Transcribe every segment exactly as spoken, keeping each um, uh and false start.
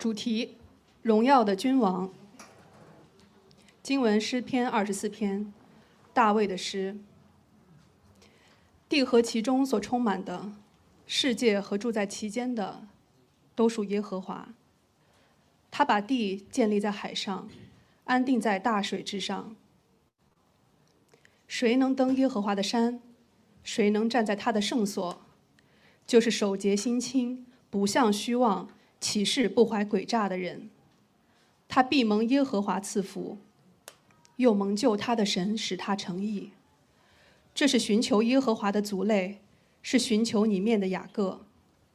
主题：荣耀的君王。经文诗篇二十四篇，大卫的诗。地和其中所充满的，世界和住在其间的，都属耶和华。他把地建立在海上，安定在大水之上。谁能登耶和华的山？谁能站在他的圣所？就是手洁心清，不向虚妄，起誓不怀诡诈的人。他必蒙耶和华赐福，又蒙救他的神使他成义。这是寻求耶和华的族类，是寻求你面的雅各。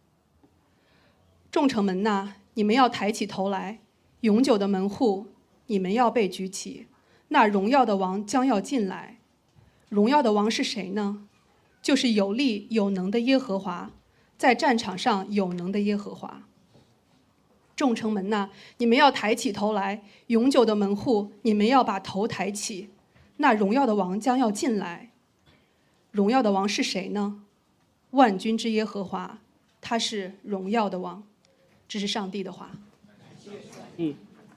众城门呐，你们要抬起头来；永久的门户，你们要被举起。那荣耀的王将要进来。荣耀的王是谁呢？就是有力有能的耶和华，在战场上有能的耶和华。众城门呐，你们要抬起头来；永久的门户，你们要把头抬起。那荣耀的王将要进来。荣耀的王是谁呢？万军之耶和华，他是荣耀的王。这是上帝的话。 嗯。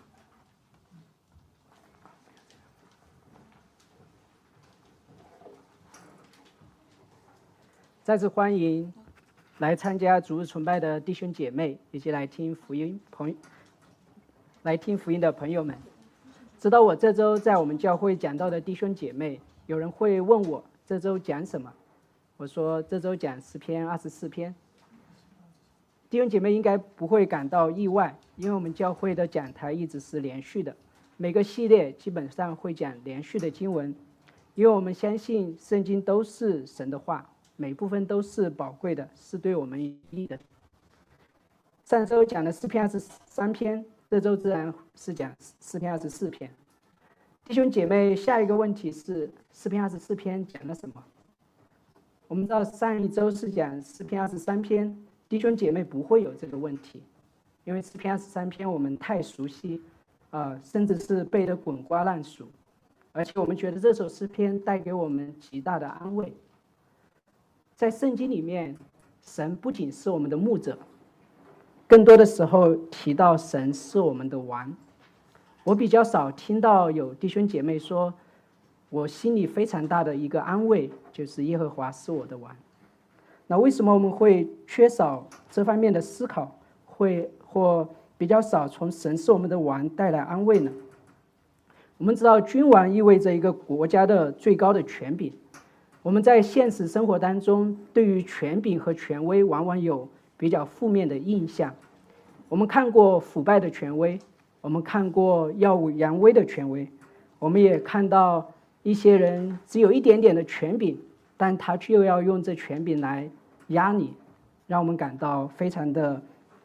再次欢迎来参加主日崇拜的弟兄姐妹，以及来听福音朋来听福音的朋友们。知道我这周在我们教会讲到的弟兄姐妹，有人会问我这周讲什么？我说这周讲诗篇二十四篇。弟兄姐妹应该不会感到意外，因为我们教会的讲台一直是连续的，每个系列基本上会讲连续的经文，因为我们相信圣经都是神的话，每部分都是宝贵的，是对我们有益的。上周讲的诗篇二十三篇，这周自然是讲诗篇二十四篇。弟兄姐妹，下一个问题是诗篇二十四篇讲了什么？我们知道上一周是讲诗篇二十三篇，弟兄姐妹不会有这个问题，因为诗篇二十三篇我们太熟悉，呃，甚至是背得滚瓜烂熟，而且我们觉得这首诗篇带给我们极大的安慰。在圣经里面，神不仅是我们的牧者，更多的时候提到神是我们的王。我比较少听到有弟兄姐妹说，我心里非常大的一个安慰就是耶和华是我的王。那为什么我们会缺少这方面的思考，会或比较少从神是我们的王带来安慰呢？我们知道君王意味着一个国家的最高的权柄，我们在现实生活当中对于权柄和权威往往有比较负面的印象。我们看过腐败的权威，我们看过耀武扬威的权威，我们也看到一些人只有一点点的权柄，但他却又要用这权柄来压你，让我们感到非常的，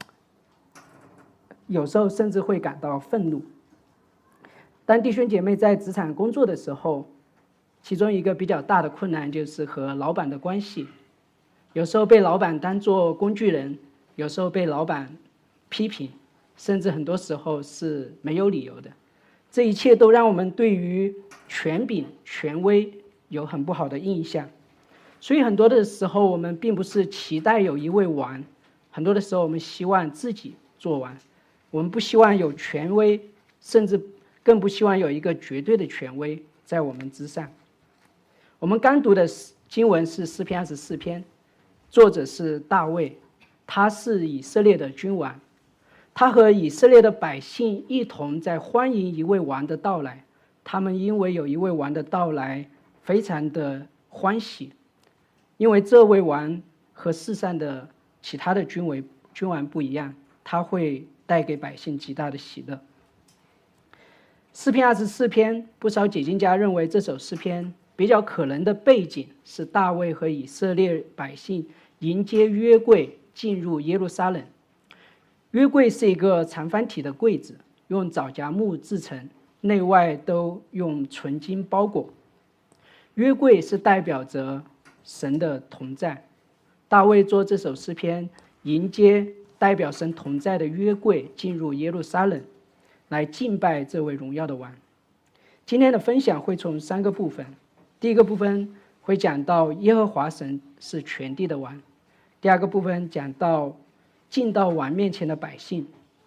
有时候甚至会感到愤怒。当弟兄姐妹在职场工作的时候，其中一个比较大的困难就是和老板的关系，有时候被老板当作工具人，有时候被老板批评，甚至很多时候是没有理由的。这一切都让我们对于权柄、权威有很不好的印象。所以很多的时候我们并不是期待有一位王，很多的时候我们希望自己做王，我们不希望有权威，甚至更不希望有一个绝对的权威在我们之上。我们刚读的经文是诗篇二十四篇，作者是大卫，他是以色列的君王，他和以色列的百姓一同在欢迎一位王的到来，他们因为有一位王的到来非常的欢喜，因为这位王和世上的其他的君王君王不一样，他会带给百姓极大的喜乐。诗篇二十四篇，不少解经家认为这首诗篇比较可能的背景是大卫和以色列百姓迎接约柜进入耶路撒冷。约柜是一个长方体的柜子，用枣荚木制成，内外都用纯金包裹。约柜是代表着神的同在，大卫作这首诗篇迎接代表神同在的约柜进入耶路撒冷，来敬拜这位荣耀的王。今天的分享会从三个部分，第一个部分会讲到耶和华神是全地的王，第二个部分讲到进到王面前的百姓，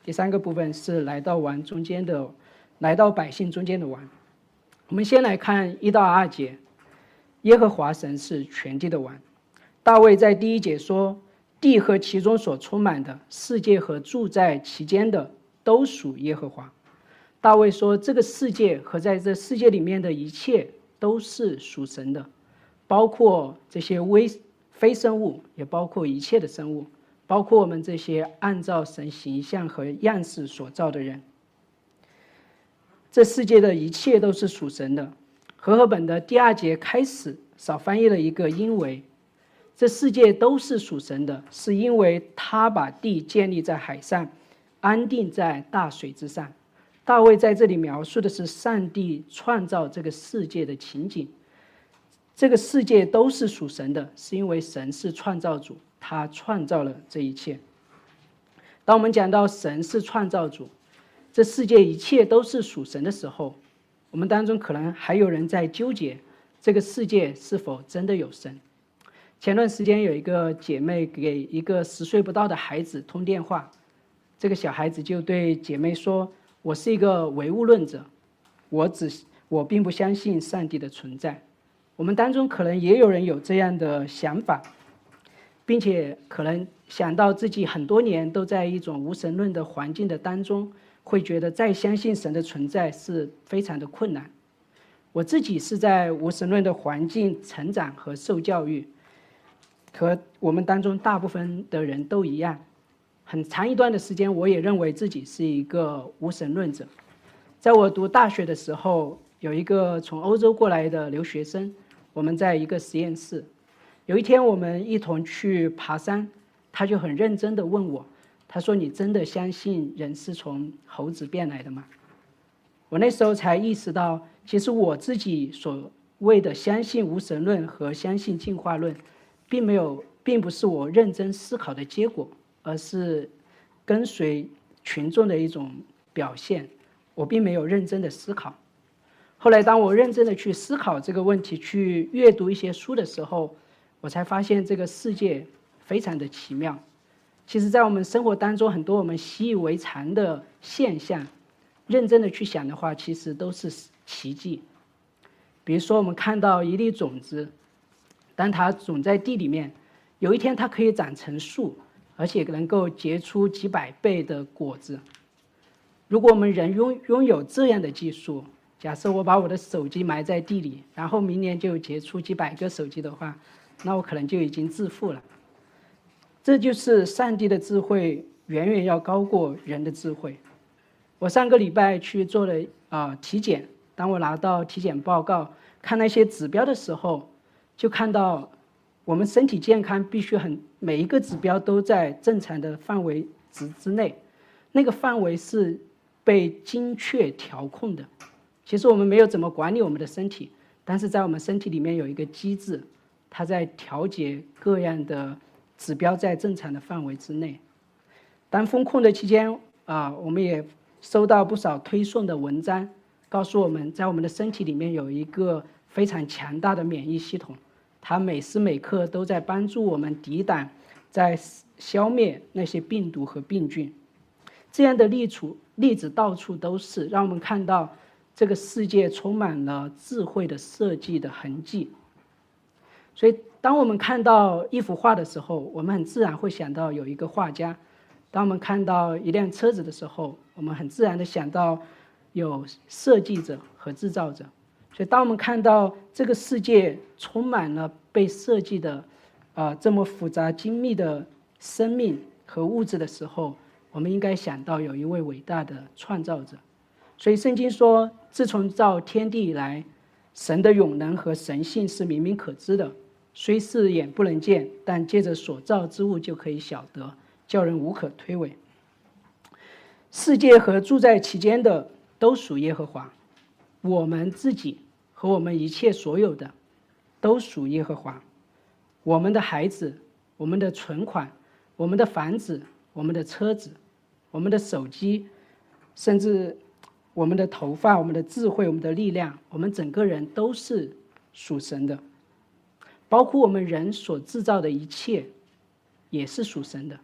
第三个部分是来到王中间的，来到百姓中间的王。我们先来看一到二节，耶和华神是全地的王。大卫在第一节说，地和其中所充满的，世界和住在其间的，都属耶和华。大卫说，这个世界和在这世界里面的一切都是属神的，包括这些微非生物，也包括一切的生物，包括我们这些按照神形象和样式所造的人。这世界的一切都是属神的。和合本的第二节开始少翻译了一个因为，这世界都是属神的，是因为他把地建立在海上，安定在大水之上。大卫在这里描述的是上帝创造这个世界的情景。这个世界都是属神的，是因为神是创造主，他创造了这一切。当我们讲到神是创造主，这世界一切都是属神的时候，我们当中可能还有人在纠结这个世界是否真的有神。前段时间有一个姐妹给一个十岁不到的孩子通电话，这个小孩子就对姐妹说，我是一个唯物论者，我只我并不相信上帝的存在。我们当中可能也有人有这样的想法，并且可能想到自己很多年都在一种无神论的环境的当中，会觉得再相信神的存在是非常的困难。我自己是在无神论的环境成长和受教育，和我们当中大部分的人都一样。很长一段的时间，我也认为自己是一个无神论者。在我读大学的时候，有一个从欧洲过来的留学生，我们在一个实验室。有一天我们一同去爬山，他就很认真地问我，他说，你真的相信人是从猴子变来的吗？我那时候才意识到，其实我自己所谓的相信无神论和相信进化论，并没有并不是我认真思考的结果，而是跟随群众的一种表现。我并没有认真的思考。后来当我认真的去思考这个问题，去阅读一些书的时候，我才发现这个世界非常的奇妙。其实在我们生活当中，很多我们习以为常的现象，认真的去想的话，其实都是奇迹。比如说我们看到一粒种子，当它种在地里面，有一天它可以长成树，而且能够结出几百倍的果子。如果我们人拥拥有这样的技术，假设我把我的手机埋在地里，然后明年就结出几百个手机的话，那我可能就已经致富了。这就是上帝的智慧远远要高过人的智慧。我上个礼拜去做了啊、呃、体检，当我拿到体检报告看那些指标的时候，就看到我们身体健康必须很每一个指标都在正常的范围值之内，那个范围是被精确调控的。其实我们没有怎么管理我们的身体，但是在我们身体里面有一个机制，它在调节各样的指标在正常的范围之内。当封控的期间啊，我们也收到不少推送的文章，告诉我们在我们的身体里面有一个非常强大的免疫系统，它每时每刻都在帮助我们抵挡，在消灭那些病毒和病菌。这样的例子例子到处都是，让我们看到这个世界充满了智慧的设计的痕迹。所以当我们看到一幅画的时候，我们很自然会想到有一个画家；当我们看到一辆车子的时候，我们很自然地想到有设计者和制造者。所以当我们看到这个世界充满了被设计的呃这么复杂精密的生命和物质的时候，我们应该想到有一位伟大的创造者。所以圣经说，自从造天地以来，神的永能和神性是明明可知的，虽是眼不能见，但借着所造之物就可以晓得，叫人无可推诿。世界和住在其间的都属耶和华，我们自己和我们一切所有的都属耶和华。我们的孩子，我们的存款，我们的房子，我们的车子，我们的手机，甚至我们的头发，我们的智慧，我们的力量，我们整个人都是属神的。包括我们人所制造的一切也是属神的，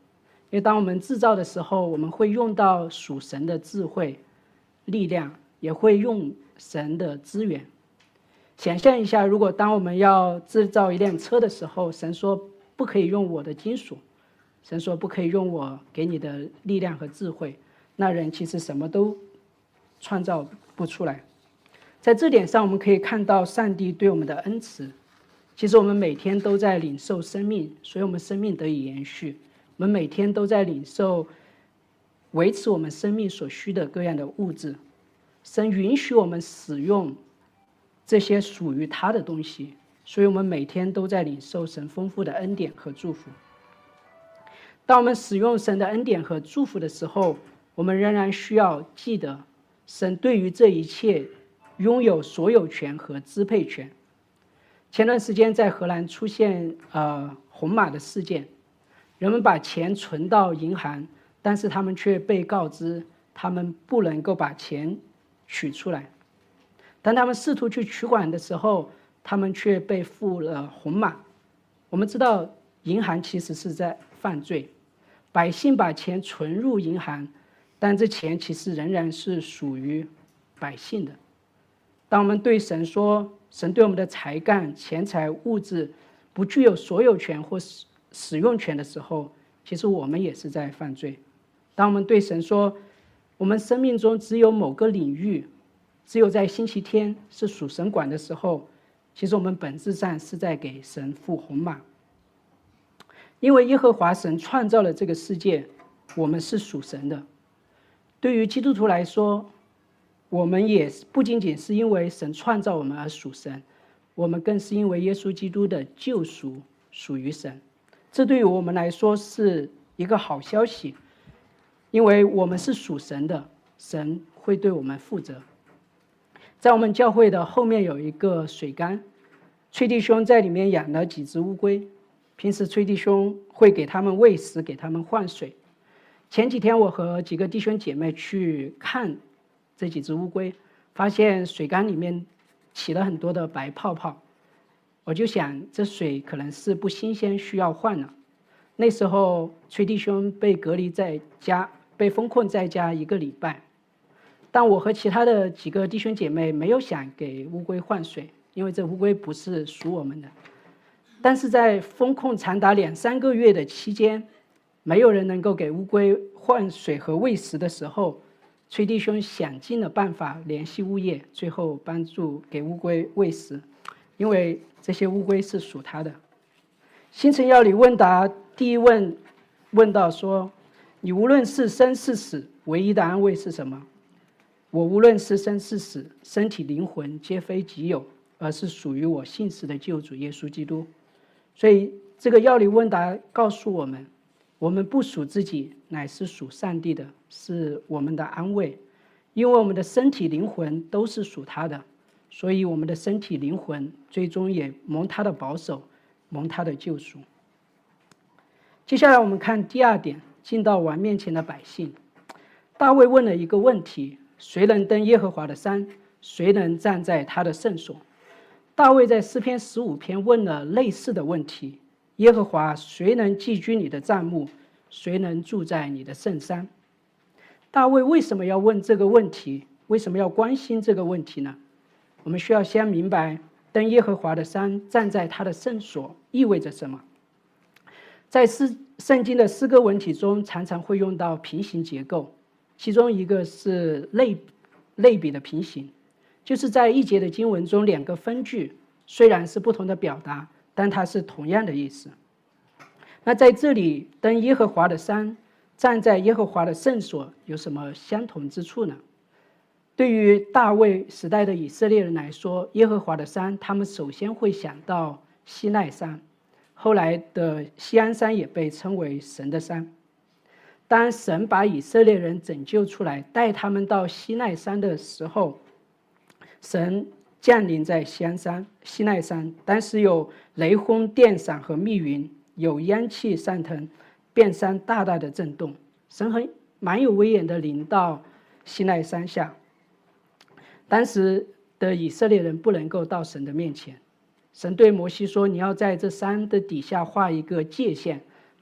因为当我们制造的时候，我们会用到属神的智慧、力量，也会用神的资源。想象一下，如果当我们要制造一辆车的时候，神说不可以用我的金属，神说不可以用我给你的力量和智慧，那人其实什么都创造不出来。在这点上，我们可以看到上帝对我们的恩慈。其实我们每天都在领受生命，所以我们生命得以延续。我们每天都在领受维持我们生命所需的各样的物质。神允许我们使用这些属于他的东西，所以我们每天都在领受神丰富的恩典和祝福。当我们使用神的恩典和祝福的时候，我们仍然需要记得，神对于这一切拥有所有权和支配权。前段时间在荷兰出现呃红码的事件，人们把钱存到银行，但是他们却被告知他们不能够把钱取出来。当他们试图去取款的时候，他们却被付了红码。我们知道银行其实是在犯罪，百姓把钱存入银行，但这钱其实仍然是属于百姓的。当我们对神说，神对我们的才干、钱财、物质不具有所有权或使用权的时候，其实我们也是在犯罪。当我们对神说，我们生命中只有某个领域，只有在星期天是属神管的时候，其实我们本质上是在给神付红码。因为耶和华神创造了这个世界，我们是属神的。对于基督徒来说，我们也不仅仅是因为神创造我们而属神，我们更是因为耶稣基督的救赎属于神。这对于我们来说是一个好消息，因为我们是属神的，神会对我们负责。在我们教会的后面有一个水缸，崔弟兄在里面养了几只乌龟，平时崔弟兄会给他们喂食，给他们换水。前几天我和几个弟兄姐妹去看这几只乌龟，发现水缸里面起了很多的白泡泡，我就想这水可能是不新鲜，需要换了。那时候崔弟兄被隔离在家，被封控在家一个礼拜，但我和其他的几个弟兄姐妹没有想给乌龟换水，因为这乌龟不是属我们的。但是在封控长达两三个月的期间，没有人能够给乌龟换水和喂食的时候，崔弟兄想尽了办法联系物业，最后帮助给乌龟喂食，因为这些乌龟是属他的。新城要理问答第一问问到说，你无论是生是死，唯一的安慰是什么？我无论是生是死，身体灵魂皆非己有，而是属于我信实的救主耶稣基督。所以这个要理问答告诉我们，我们不属自己，乃是属上帝的，是我们的安慰。因为我们的身体灵魂都是属他的，所以我们的身体灵魂最终也蒙他的保守，蒙他的救赎。接下来我们看第二点，进到王面前的百姓。大卫问了一个问题，谁能登耶和华的山？谁能站在他的圣所？大卫在诗篇十五篇问了类似的问题，耶和华，谁能寄居你的帐幕？谁能住在你的圣山？大卫为什么要问这个问题？为什么要关心这个问题呢？我们需要先明白登耶和华的山，站在他的圣所意味着什么。在诗圣经的诗歌文体中，常常会用到平行结构，其中一个是类类比的平行，就是在一节的经文中，两个分句虽然是不同的表达，但它是同样的意思。那在这里，登耶和华的山，站在耶和华的圣所，有什么相同之处呢？对于大卫时代的以色列人来说，耶和华的山，他们首先会想到西奈山，后来的锡安山也被称为神的山。当神把以色列人拯救出来，带他们到西奈山的时候，神降临在锡安山、西奈山，当时有雷轰、电闪和密云，有烟气上腾，遍山大大的震动。神很蛮有威严的临到西奈山下。当时的以色列人不能够到神的面前，神对摩西说，你要在这山的底下画一个界限，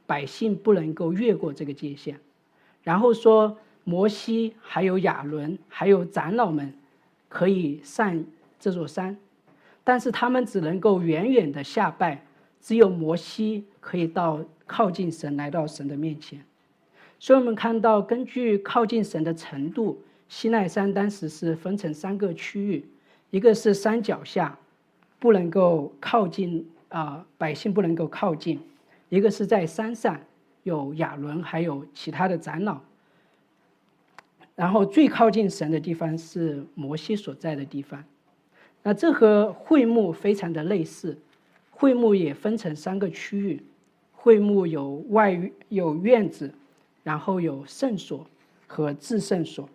百姓不能够越过这个界限。然后说摩西还有亚伦还有长老们可以上这座山，但是他们只能够远远的下拜，只有摩西可以到靠近神，来到神的面前。所以我们看到，根据靠近神的程度，西奈山当时是分成三个区域，一个是山脚下不能够靠近啊、呃，百姓不能够靠近；一个是在山上，有亚伦还有其他的长老。然后最靠近神的地方是摩西所在的地方。那这和会幕非常的类似，会幕也分成三个区域，会幕有外有院子，然后有圣所和至圣所。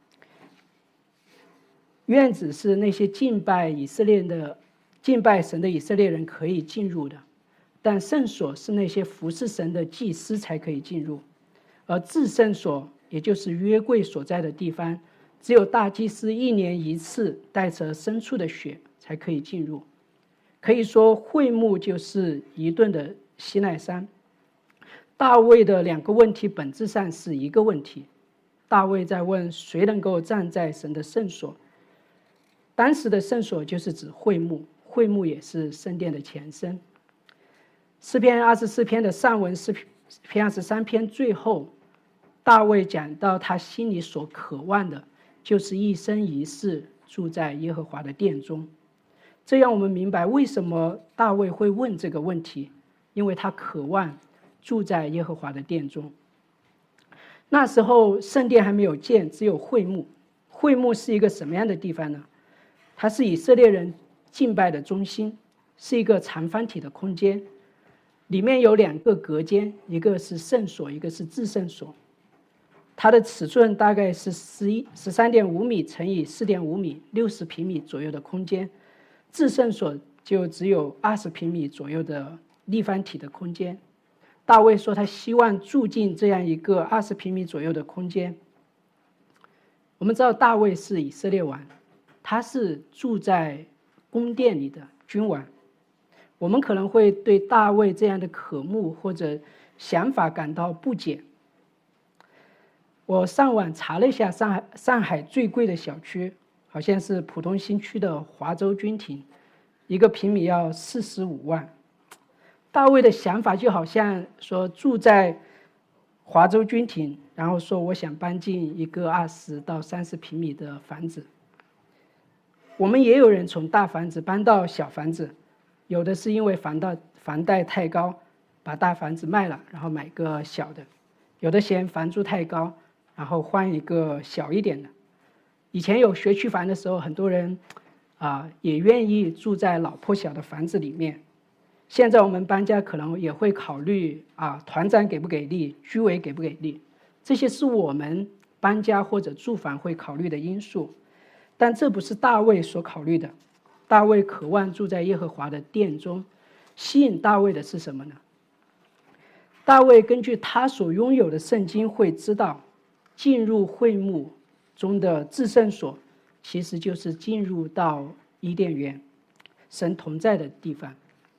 院子是那些敬拜以色列的敬拜神的以色列人可以进入的，但圣所是那些服侍神的祭司才可以进入，而至圣所也就是约柜所在的地方，只有大祭司一年一次带着牲畜的血才可以进入。可以说会幕就是一顿的西奈山。大卫的两个问题本质上是一个问题，大卫在问谁能够站在神的圣所。当时的圣所就是指会幕，会幕也是圣殿的前身。诗篇二十四篇的上文，诗篇二十三篇最后，大卫讲到他心里所渴望的就是一生一世住在耶和华的殿中。这让我们明白为什么大卫会问这个问题，因为他渴望住在耶和华的殿中。那时候圣殿还没有建，只有会幕。会幕是一个什么样的地方呢？它是以色列人敬拜的中心，是一个长方体的空间，里面有两个隔间，一个是圣所，一个是至圣所。它的尺寸大概是十三点五米乘以四点五米，六十平米左右的空间。至圣所就只有二十平米左右的立方体的空间。大卫说他希望住进这样一个二十平米左右的空间。我们知道大卫是以色列王，他是住在宫殿里的君王。我们可能会对大卫这样的渴慕或者想法感到不解。我上网查了一下上海上海最贵的小区，好像是浦东新区的华州君庭，一个平米要四十五万。大卫的想法就好像说住在华州君庭，然后说我想搬进一个二十到三十平米的房子。我们也有人从大房子搬到小房子，有的是因为房贷房贷太高，把大房子卖了，然后买个小的；有的嫌房租太高，然后换一个小一点的。以前有学区房的时候，很多人啊也愿意住在老破小的房子里面。现在我们搬家可能也会考虑啊团长给不给力，居委给不给力，这些是我们搬家或者住房会考虑的因素。但这不是大卫所考虑的。大卫渴望住在耶和华的殿中，吸引大卫的是什么呢？大卫根据他所拥有的圣经会知道，进入会幕中的至圣所其实就是进入到伊甸园，神同在的地方。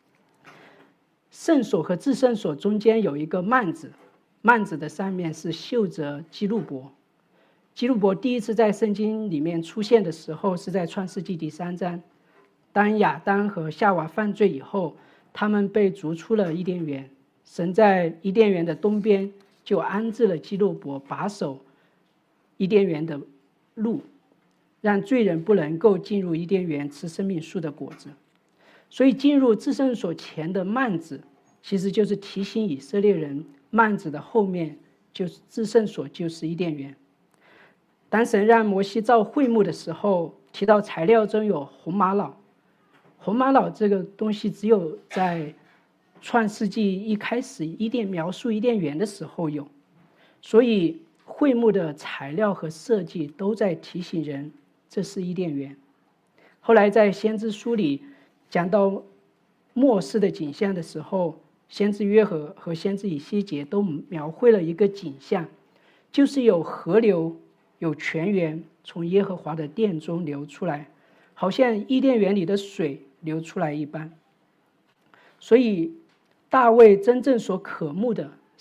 圣所和至圣所中间有一个幔子，幔子的上面是绣着基路伯。基路伯第一次在圣经里面出现的时候是在创世纪第三章，当亚当和夏娃犯罪以后，他们被逐出了伊甸园，神在伊甸园的东边就安置了基路伯把守伊甸园的路，让罪人不能够进入伊甸园吃生命树的果子。所以进入至圣所前的幔子其实就是提醒以色列人，幔子的后面就是至圣所，就是伊甸园。当神让摩西造会幕的时候，提到材料中有红玛瑙。红玛瑙这个东西只有在创世纪一开始伊甸描述伊甸园的时候有，所以会幕的材料和设计都在提醒人这是伊甸园。后来在先知书里讲到末世的景象的时候，先知约珥和先知以西结都描绘了一个景象，就是有河流有泉源从耶和华的殿中流出来，好像伊甸园里的水流出来一般。所以大卫真正所渴慕的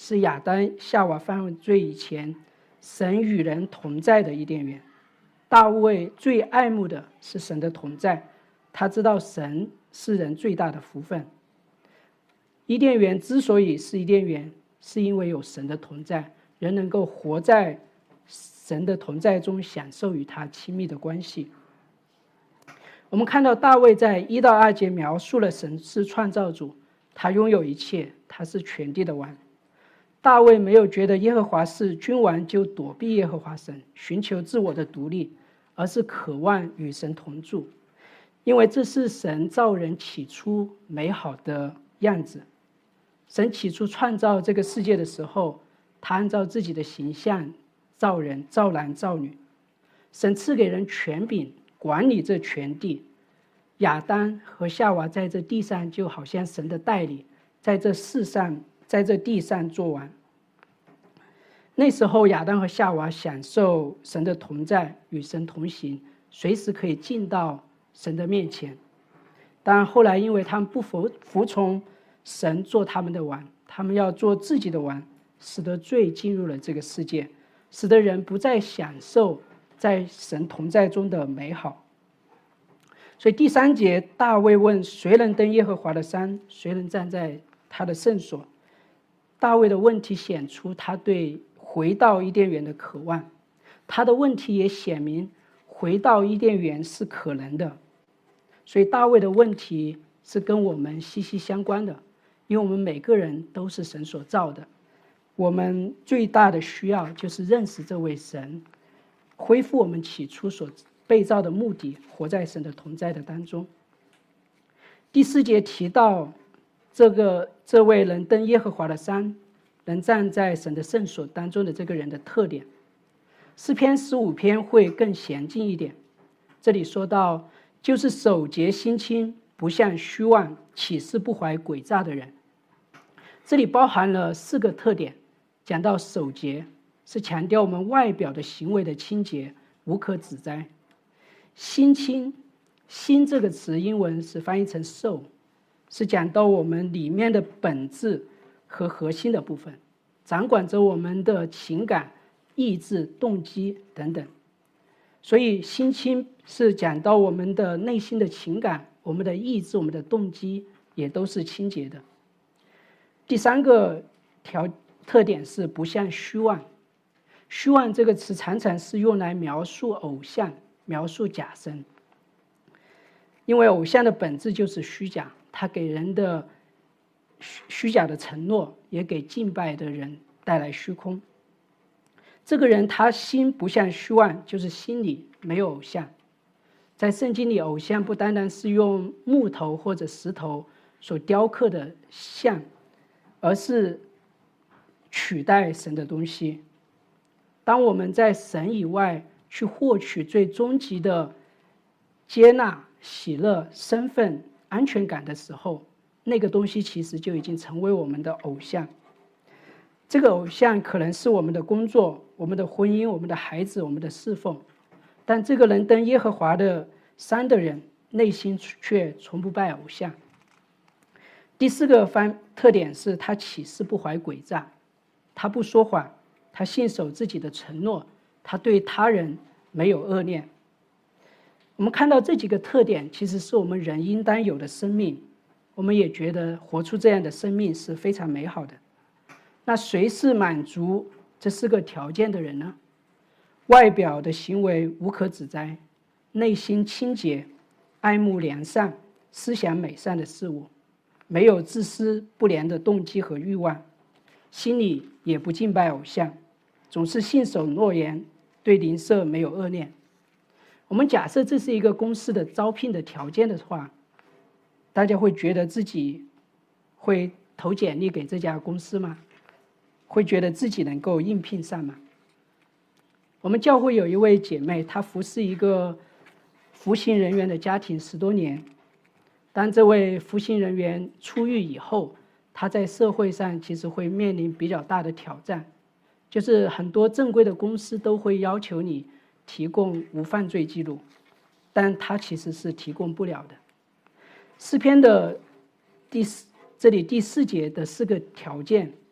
是亚当夏娃犯罪以前神与人同在的伊甸园。大卫最爱慕的是神的同在，他知道神是人最大的福分。伊甸园之所以是伊甸园，是因为有神的同在，人能够活在神的同在中，享受与他亲密的关系。我们看到大卫在一到二节描述了神是创造主，他拥有一切，他是全地的王。大卫没有觉得耶和华是君王就躲避耶和华神，寻求自我的独立，而是渴望与神同住，因为这是神造人起初美好的样子。神起初创造这个世界的时候，他按照自己的形象造人，造男造女。神赐给人权柄管理这全地，亚当和夏娃在这地上就好像神的代理，在这世上在这地上做王。那时候亚当和夏娃享受神的同在，与神同行，随时可以进到神的面前。当然后来因为他们不服服从神做他们的王，他们要做自己的王，使得罪进入了这个世界，使得人不再享受在神同在中的美好。所以第三节，大卫问谁能登耶和华的山，谁能站在他的圣所。大卫的问题显出他对回到伊甸园的渴望，他的问题也显明回到伊甸园是可能的。所以大卫的问题是跟我们息息相关的，因为我们每个人都是神所造的，我们最大的需要就是认识这位神，恢复我们起初所被造的目的，活在神的同在的当中。第四节提到这个这位能登耶和华的山，能站在神的圣所当中的这个人的特点。诗篇十五篇会更详尽一点，这里说到就是守节心清，不向虚妄起誓不怀诡诈的人。这里包含了四个特点，讲到守节是强调我们外表的行为的清洁，无可指摘。心清，心这个词英文是翻译成 soul， 是讲到我们里面的本质和核心的部分，掌管着我们的情感、意志、动机等等。所以心清是讲到我们的内心的情感，我们的意志、我们的动机也都是清洁的。第三个条特点是不向虚妄。虚妄这个词常常是用来描述偶像，描述假神，因为偶像的本质就是虚假，它给人的虚假的承诺，也给敬拜的人带来虚空。这个人他心不像虚妄，就是心里没有偶像。在圣经里，偶像不单单是用木头或者石头所雕刻的像，而是取代神的东西。当我们在神以外去获取最终极的接纳、喜乐、身份、安全感的时候，那个东西其实就已经成为我们的偶像。这个偶像可能是我们的工作、我们的婚姻、我们的孩子、我们的侍奉，但这个能登耶和华的山的人，内心却从不拜偶像。第四个方特点是他起誓不怀诡诈，他不说谎，他信守自己的承诺，他对他人没有恶念。我们看到这几个特点其实是我们人应当有的生命，我们也觉得活出这样的生命是非常美好的。那谁是满足这四个条件的人呢？外表的行为无可指摘，内心清洁，爱慕良善，思想美善的事物，没有自私不良的动机和欲望，心里也不敬拜偶像，总是信守诺言，对邻舍没有恶念。我们假设这是一个公司的招聘的条件的话，大家会觉得自己会投简历给这家公司吗？会觉得自己能够应聘上吗？我们教会有一位姐妹，她服侍一个服刑人员的家庭十多年。当这位服刑人员出狱以后，他在社会上其实会面临比较大的挑战，就是很多正规的公司都会要求你提供无犯罪记录，但他其实是提供不了的。诗篇的第四这里第四节的四个条件，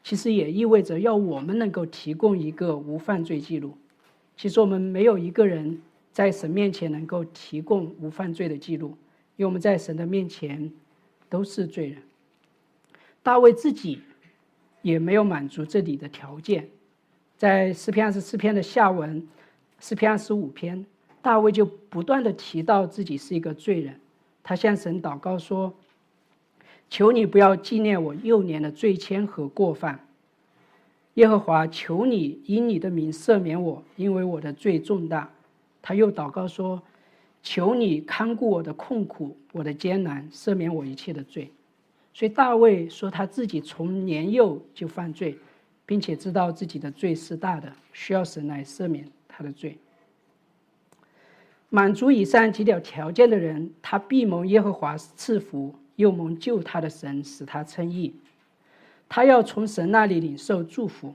其实也意味着要我们能够提供一个无犯罪记录。其实我们没有一个人在神面前能够提供无犯罪的记录，因为我们在神的面前都是罪人。大卫自己也没有满足这里的条件，在诗篇二十四篇的下文，诗篇二十五篇，大卫就不断的提到自己是一个罪人。他向神祷告说，求你不要纪念我幼年的罪愆和过犯，耶和华，求你因你的名赦免我，因为我的罪重大。他又祷告说，求你看顾我的困苦，我的艰难，赦免我一切的罪。所以大卫说他自己从年幼就犯罪，并且知道自己的罪是大的，需要神来赦免他的罪。满足以上几条条件的人，他必蒙耶和华赐福，又蒙救他的神使他称义。他要从神那里领受祝福。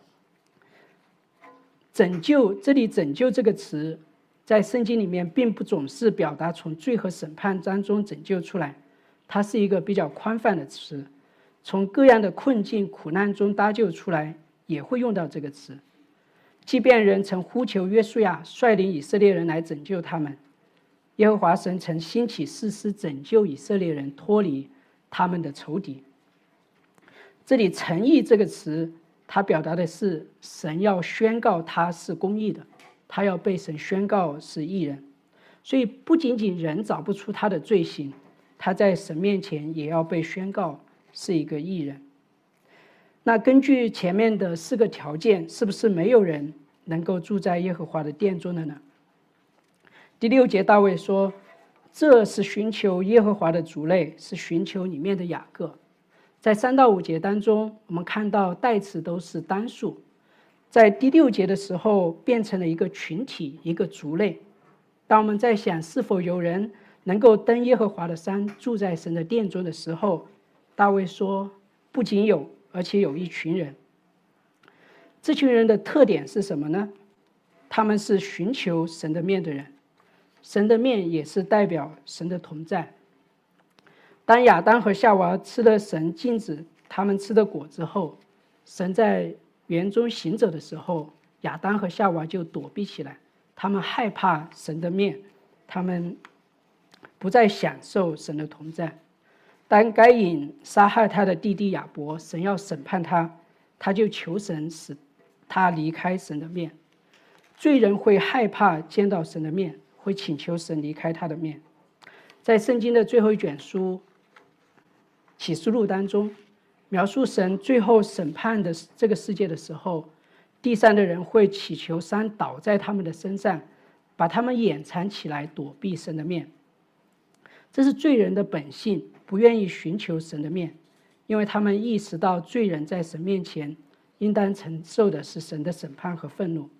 拯救，这里拯救这个词在圣经里面并不总是表达从罪和审判当中拯救出来，它是一个比较宽泛的词，从各样的困境苦难中搭救出来也会用到这个词。即便人曾呼求约书亚率领以色列人来拯救他们，耶和华神曾兴起士师拯救以色列人脱离他们的仇敌。这里诚意这个词，它表达的是神要宣告他是公义的，他要被神宣告是义人。所以不仅仅人找不出他的罪行，他在神面前也要被宣告是一个义人。那根据前面的四个条件，是不是没有人能够住在耶和华的殿中的呢？第六节大卫说，这是寻求耶和华的族类，是寻求里面的雅各。在三到五节当中，我们看到代词都是单数，在第六节的时候变成了一个群体，一个族类。当我们在想是否有人能够登耶和华的山，住在神的殿中的时候，大卫说不仅有，而且有一群人。这群人的特点是什么呢？他们是寻求神的面的人，神的面也是代表神的同在。当亚当和夏娃吃了神禁止他们吃的果之后，神在园中行走的时候，亚当和夏娃就躲避起来，他们害怕神的面，他们不再享受神的同在。当该隐杀害他的弟弟亚伯，神要审判他，他就求神使他离开神的面。罪人会害怕见到神的面，会请求神离开他的面。在圣经的最后一卷书启示录当中，描述神最后审判的这个世界的时候，地上的人会祈求山倒在他们的身上，把他们掩藏起来，躲避神的面。这是罪人的本性，不愿意寻求神的面，因为他们意识到罪人在神面前应当承受的是神的审判和愤怒。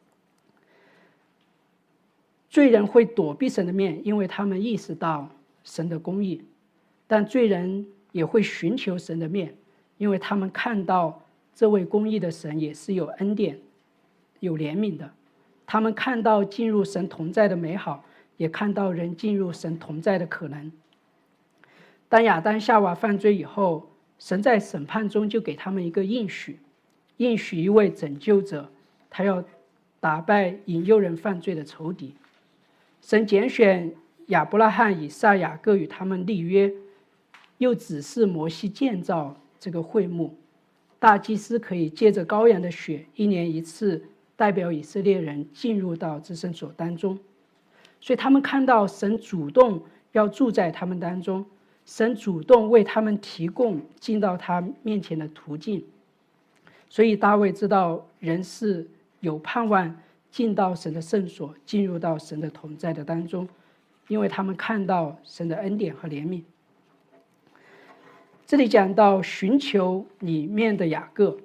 罪人会躲避神的面，因为他们意识到神的公义，但罪人也会寻求神的面，因为他们看到这位公义的神也是有恩典有怜悯的。他们看到进入神同在的美好，也看到人进入神同在的可能。当亚当夏娃犯罪以后，神在审判中就给他们一个应许，应许一位拯救者，他要打败引诱人犯罪的仇敌。神拣选亚伯拉罕、以撒、雅各与他们立约，又指示摩西建造这个会幕，大祭司可以借着羔羊的血一年一次代表以色列人进入到至圣所当中。所以他们看到神主动要住在他们当中，神主动为他们提供进到他面前的途径。所以大卫知道人是有盼望进到神的圣所，进入到神的同在的当中，因为他们看到神的恩典和怜悯。这里讲到寻求里面的雅各，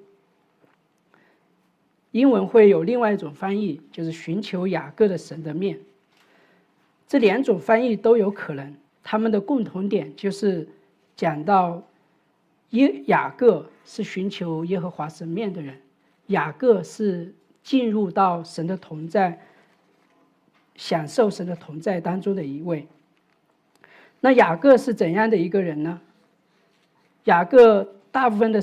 英文会有另外一种翻译，就是寻求雅各的神的面。这两种翻译都有可能，他们的共同点就是讲到耶雅各是寻求耶和华神面的人，雅各是进入到神的同在，享受神的同在当中的一位。那雅各是怎样的一个人呢？雅各大部分的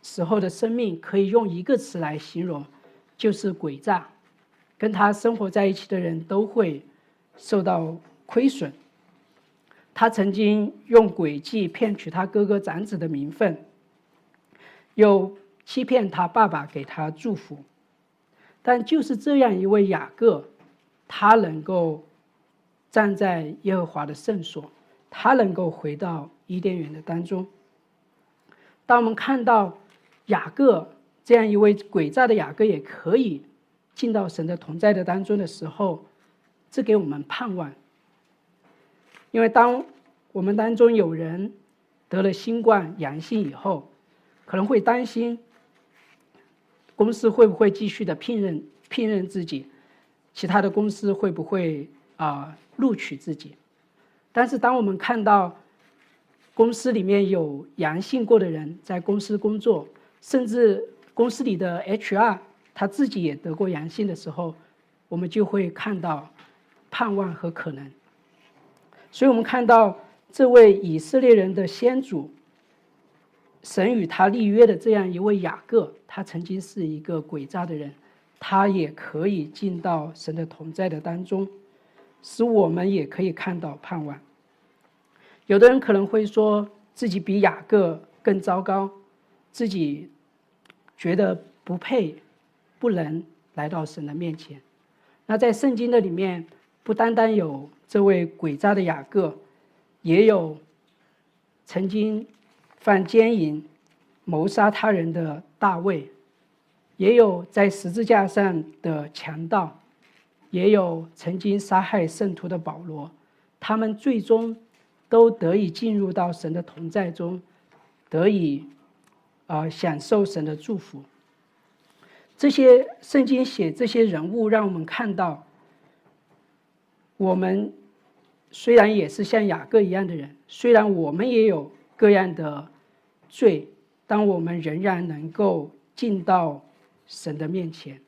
时候的生命可以用一个词来形容，就是诡诈。跟他生活在一起的人都会受到亏损。他曾经用诡计骗取他哥哥长子的名分，又欺骗他爸爸给他祝福。但就是这样一位雅各，他能够站在耶和华的圣所，他能够回到伊甸园的当中。当我们看到雅各这样一位诡诈的雅各也可以进到神的同在的当中的时候，这给我们盼望。因为当我们当中有人得了新冠阳性以后，可能会担心公司会不会继续的聘任聘任自己，其他的公司会不会啊、呃、录取自己。但是当我们看到公司里面有阳性过的人在公司工作，甚至公司里的 H R 他自己也得过阳性的时候，我们就会看到盼望和可能。所以我们看到这位以色列人的先祖，神与他立约的这样一位雅各，他曾经是一个诡诈的人，他也可以进到神的同在的当中，使我们也可以看到盼望。有的人可能会说自己比雅各更糟糕，自己觉得不配不能来到神的面前。那在圣经的里面，不单单有这位诡诈的雅各，也有曾经犯奸淫谋杀他人的大卫，也有在十字架上的强盗，也有曾经杀害圣徒的保罗，他们最终都得以进入到神的同在中，得以、呃、享受神的祝福。这些圣经写这些人物，让我们看到我们虽然也是像雅各一样的人，虽然我们也有各样的罪，但我们仍然能够进到神的面前。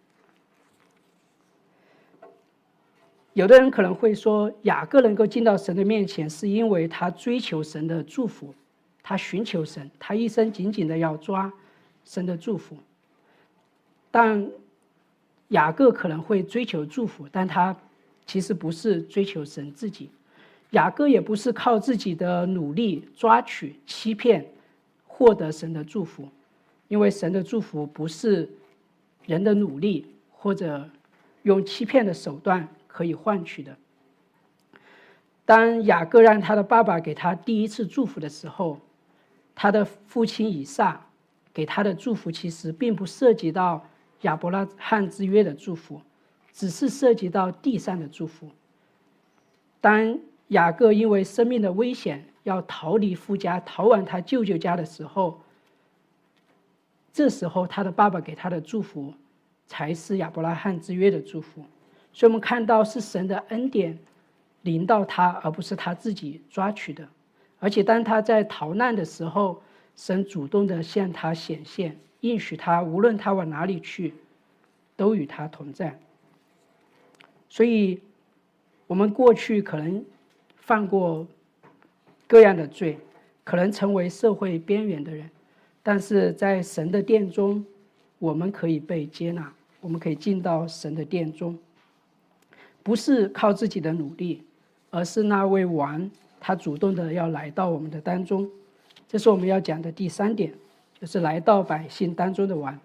有的人可能会说，雅各能够进到神的面前，是因为他追求神的祝福，他寻求神，他一生紧紧的要抓神的祝福。但雅各可能会追求祝福，但他其实不是追求神自己。雅各也不是靠自己的努力抓取、欺骗获得神的祝福，因为神的祝福不是人的努力或者用欺骗的手段可以换取的。当雅各让他的爸爸给他第一次祝福的时候，他的父亲以撒给他的祝福其实并不涉及到亚伯拉罕之约的祝福，只是涉及到地上的祝福。当雅各因为生命的危险要逃离父家，逃往他舅舅家的时候，这时候他的爸爸给他的祝福才是亚伯拉罕之约的祝福。所以我们看到是神的恩典临到他，而不是他自己抓取的。而且当他在逃难的时候，神主动的向他显现，应许他无论他往哪里去都与他同在。所以我们过去可能犯过各样的罪，可能成为社会边缘的人，但是在神的殿中，我们可以被接纳，我们可以进到神的殿中，不是靠自己的努力，而是那位王他主动的要来到我们的当中。这是我们要讲的第三点，就是来到百姓当中的王。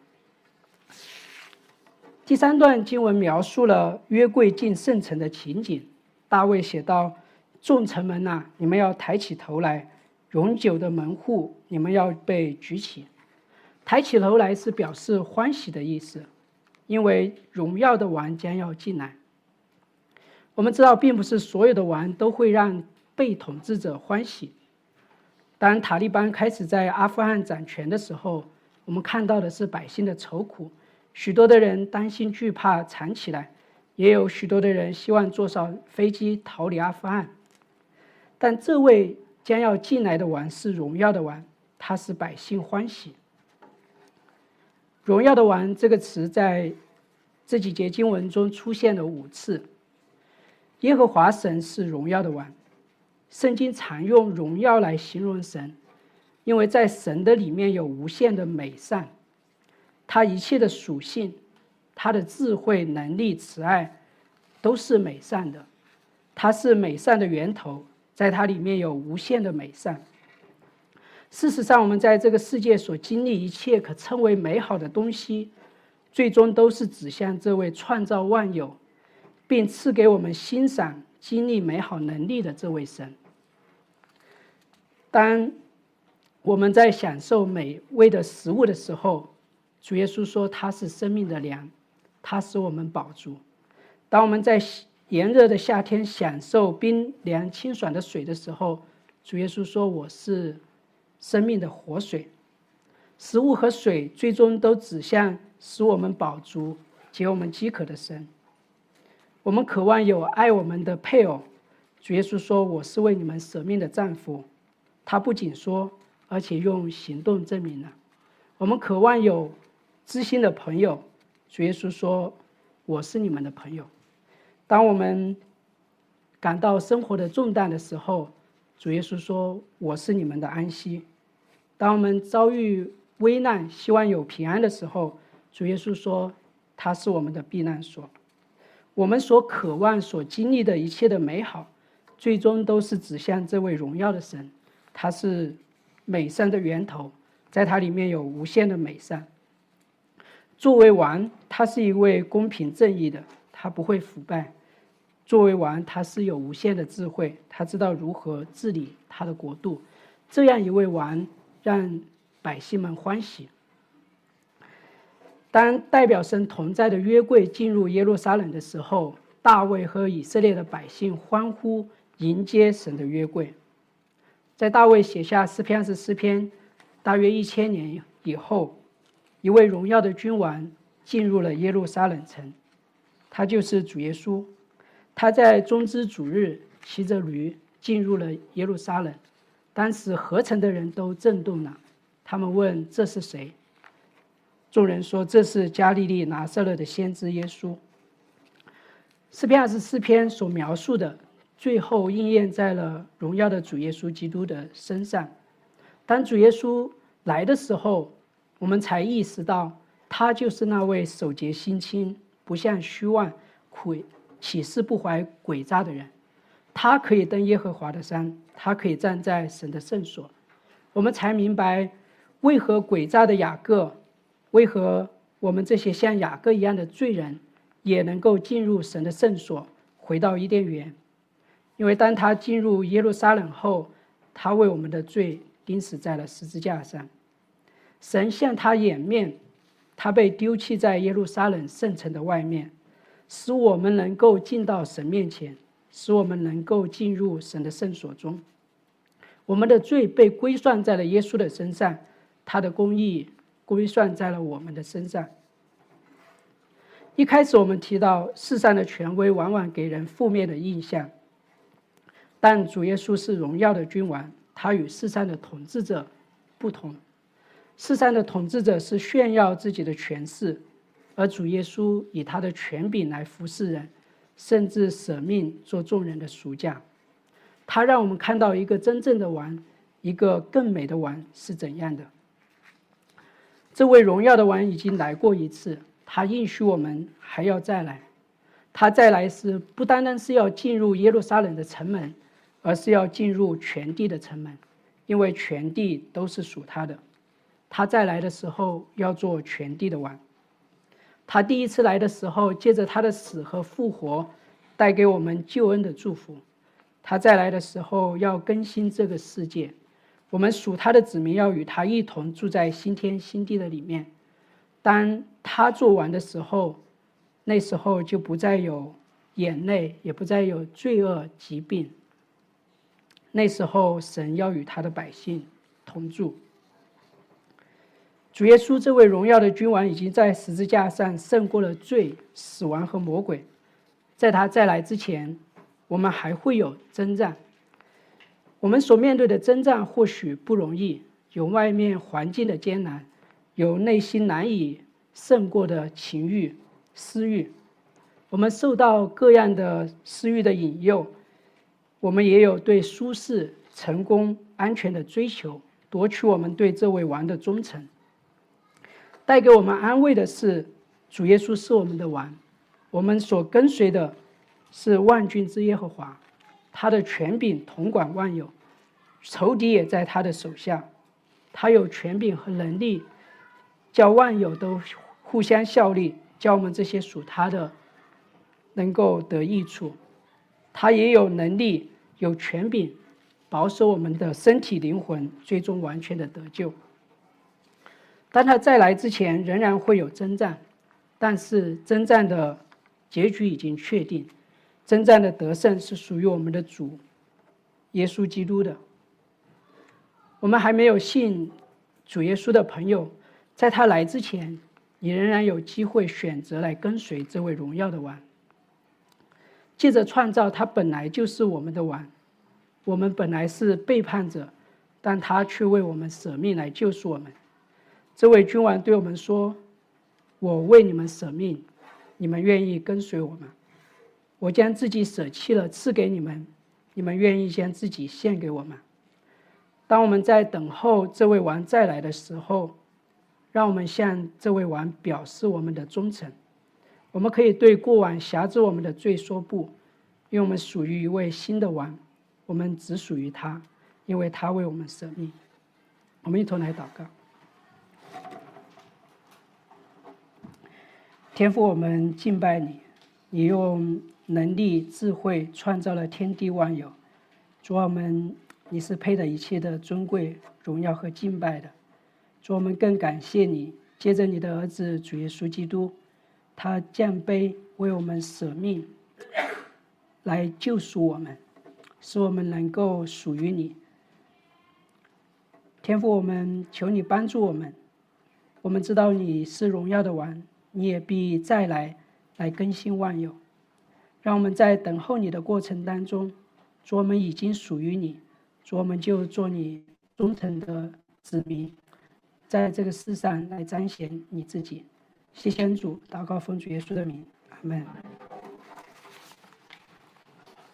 第三段经文描述了约柜进圣城的情景。大卫写道：众城门啊，你们要抬起头来，永久的门户你们要被举起。抬起头来是表示欢喜的意思，因为荣耀的王将要进来。我们知道并不是所有的王都会让被统治者欢喜。当塔利班开始在阿富汗掌权的时候，我们看到的是百姓的愁苦，许多的人担心惧怕藏起来，也有许多的人希望坐上飞机逃离阿富汗。但这位将要进来的王是荣耀的王，他使百姓欢喜。荣耀的王这个词在这几节经文中出现了五次。耶和华神是荣耀的王，圣经常用荣耀来形容神， 因为在神的里面有无限的美善，他一切的属性，他的智慧、能力、慈爱都是美善的，他是美善的源头，在他里面有无限的美善。事实上，我们在这个世界所经历一切可称为美好的东西，最终都是指向这位创造万有并赐给我们欣赏经历美好能力的这位神。当我们在享受美味的食物的时候，主耶稣说他是生命的粮，他使我们饱足。当我们在炎热的夏天享受冰凉清爽的水的时候，主耶稣说我是生命的活水。食物和水最终都指向使我们饱足、解我们饥渴的神。我们渴望有爱我们的配偶，主耶稣说我是为你们舍命的丈夫。他不仅说，而且用行动证明了。我们渴望有知心的朋友，主耶稣说我是你们的朋友。当我们感到生活的重担的时候，主耶稣说我是你们的安息。当我们遭遇危难希望有平安的时候，主耶稣说他是我们的避难所。我们所渴望所经历的一切的美好，最终都是指向这位荣耀的神，他是美善的源头，在他里面有无限的美善。作为王，他是一位公平正义的，他不会腐败。作为王，他是有无限的智慧，他知道如何治理他的国度。这样一位王让百姓们欢喜。当代表神同在的约柜进入耶路撒冷的时候，大卫和以色列的百姓欢呼迎接神的约柜。在大卫写下诗篇是诗篇大约一千年以后，一位荣耀的君王进入了耶路撒冷城，他就是主耶稣。他在棕枝主日骑着驴进入了耶路撒冷，当时合城的人都震动了，他们问这是谁？众人说这是加利利拿撒勒的先知耶稣。诗篇二十四篇所描述的最后应验在了荣耀的主耶稣基督的身上。当主耶稣来的时候，我们才意识到他就是那位守节心清、不向虚妄、起誓不怀诡诈的人。他可以登耶和华的山，他可以站在神的圣所。我们才明白为何诡诈的雅各，为何我们这些像雅各一样的罪人也能够进入神的圣所，回到伊甸园。因为当他进入耶路撒冷后，他为我们的罪钉死在了十字架上。神向他掩面，他被丢弃在耶路撒冷圣城的外面，使我们能够进到神面前，使我们能够进入神的圣所中。我们的罪被归算在了耶稣的身上，他的公义归算在了我们的身上。一开始我们提到世上的权威往往给人负面的印象，但主耶稣是荣耀的君王，他与世上的统治者不同。世上的统治者是炫耀自己的权势，而主耶稣以他的权柄来服侍人，甚至舍命做众人的赎价。他让我们看到一个真正的王，一个更美的王是怎样的。这位荣耀的王已经来过一次，他应许我们还要再来。他再来时不单单是要进入耶路撒冷的城门，而是要进入全地的城门，因为全地都是属他的。他再来的时候要做全地的王。他第一次来的时候，借着他的死和复活带给我们救恩的祝福。他再来的时候要更新这个世界，我们属他的子民要与他一同住在新天新地的里面。当他做完的时候，那时候就不再有眼泪，也不再有罪恶疾病。那时候神要与他的百姓同住。主耶稣这位荣耀的君王已经在十字架上胜过了罪、死亡和魔鬼。在他再来之前，我们还会有征战。我们所面对的征战或许不容易，有外面环境的艰难，有内心难以胜过的情欲、私欲。我们受到各样的私欲的引诱，我们也有对舒适、成功、安全的追求， 夺取我们对这位王的忠诚。带给我们安慰的是，主耶稣是我们的王，我们所跟随的是万军之耶和华，他的权柄统管万有，仇敌也在他的手下，他有权柄和能力，叫万有都互相效力，叫我们这些属他的能够得益处。他也有能力有权柄保守我们的身体灵魂，最终完全的得救。当他再来之前仍然会有征战，但是征战的结局已经确定，征战的得胜是属于我们的主耶稣基督的。我们还没有信主耶稣的朋友，在他来之前，你仍然有机会选择来跟随这位荣耀的王。借着创造，他本来就是我们的王，我们本来是背叛者，但他却为我们舍命来救赎我们。这位君王对我们说，我为你们舍命，你们愿意跟随我吗？我将自己舍弃了赐给你们，你们愿意将自己献给我吗？当我们在等候这位王再来的时候，让我们向这位王表示我们的忠诚。我们可以对过往辖制我们的罪说不，因为我们属于一位新的王，我们只属于他，因为他为我们舍命。我们一同来祷告。天父，我们敬拜你，你用能力智慧创造了天地万有，主啊，我们你是配得一切的尊贵荣耀和敬拜的。主，我们更感谢你，借着你的儿子主耶稣基督，他降卑为我们舍命，来救赎我们，使我们能够属于你。天父，我们求你帮助我们，我们知道你是荣耀的王，你也必再来来更新万有。让我们在等候你的过程当中，主，我们已经属于你，主，我们就做你忠诚的子民，在这个世上来彰显你自己。谢谢主，祷告奉主耶稣的名，阿们。